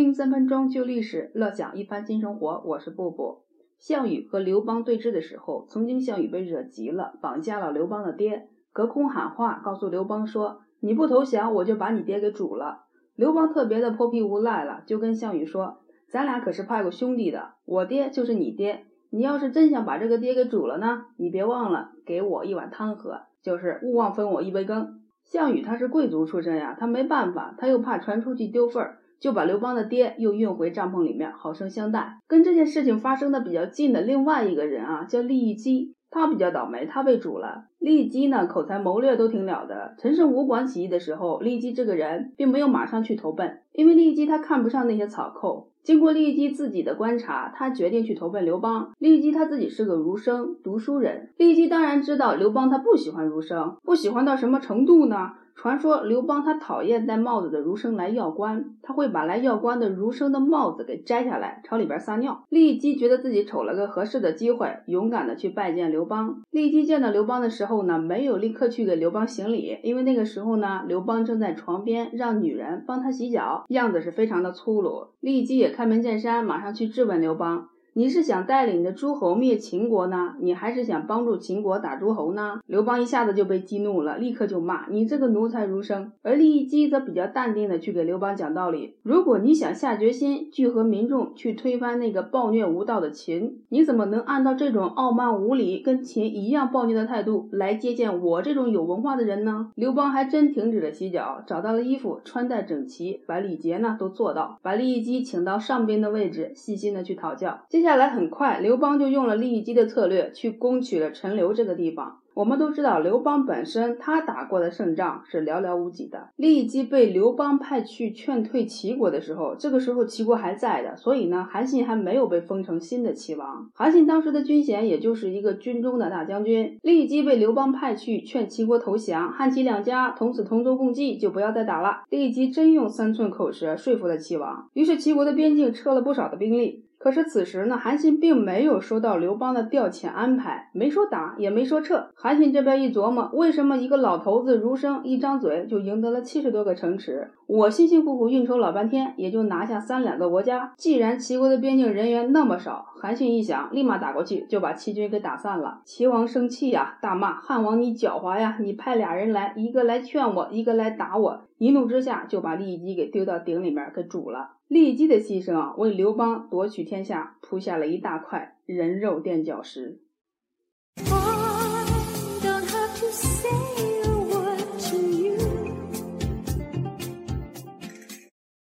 听3分钟旧历史，乐享一番新生活。我是布布。项羽和刘邦对峙的时候，曾经项羽被惹急了，绑架了刘邦的爹，隔空喊话，告诉刘邦说：“你不投降，我就把你爹给煮了。”刘邦特别的泼皮无赖了，就跟项羽说：“咱俩可是派过兄弟的，我爹就是你爹，你要是真想把这个爹给煮了呢，你别忘了给我一碗汤喝，就是勿忘分我一杯羹。”项羽他是贵族出身呀，他没办法，他又怕传出去丢份儿，就把刘邦的爹又运回帐篷里面，好生相待。跟这件事情发生的比较近的另外一个人啊，叫利益姬，他比较倒霉，他被煮了。利益姬呢，口才谋略都挺了得。陈胜吴广起义的时候，利益姬这个人并没有马上去投奔，因为利益姬他看不上那些草寇。经过利益姬自己的观察，他决定去投奔刘邦。利益姬他自己是个儒生，读书人。利益姬当然知道刘邦他不喜欢儒生，不喜欢到什么程度呢？传说刘邦他讨厌戴帽子的儒生来要官，他会把来要官的儒生的帽子给摘下来，朝里边撒尿。利益姬觉得自己瞅了个合适的机会，勇敢的去拜见刘邦。利益姬见到刘邦的时候呢，没有立刻去给刘邦行礼，因为那个时候呢，刘邦正在床边让女人帮他洗脚，样子是非常的粗鲁。利益姬也开门见山，马上去质问刘邦：你是想带领着诸侯灭秦国呢，你还是想帮助秦国打诸侯呢？刘邦一下子就被激怒了，立刻就骂：你这个奴才儒生。而利益姬则比较淡定的去给刘邦讲道理：如果你想下决心聚合民众去推翻那个暴虐无道的秦，你怎么能按照这种傲慢无礼跟秦一样暴虐的态度来接见我这种有文化的人呢？刘邦还真停止了洗脚，找到了衣服，穿戴整齐，把礼节呢都做到，把利益姬请到上宾的位置，细心的去讨教。接下来很快，刘邦就用了利益姬的策略去攻取了陈留这个地方。我们都知道刘邦本身他打过的胜仗是寥寥无几的。利益姬被刘邦派去劝退齐国的时候，这个时候齐国还在的，所以呢，韩信还没有被封成新的齐王。韩信当时的军衔也就是一个军中的大将军。利益姬被刘邦派去劝齐国投降，汉齐两家从此同舟共济，就不要再打了。利益姬真用3寸口舌说服了齐王，于是齐国的边境撤了不少的兵力。可是此时呢，韩信并没有收到刘邦的调遣安排，没说打也没说撤。韩信这边一琢磨，为什么一个老头子儒生一张嘴就赢得了70多个城池，我辛辛苦苦运筹老半天也就拿下3、2个国家。既然齐国的边境人员那么少，韩信一想，立马打过去就把齐军给打散了。齐王生气呀，大骂汉王你狡猾呀，你派2人来，一个来劝我，一个来打我。一怒之下就把利益姬给丢到鼎里面给煮了。利益姬的牺牲啊，为刘邦夺取天下铺下了一大块人肉垫脚石。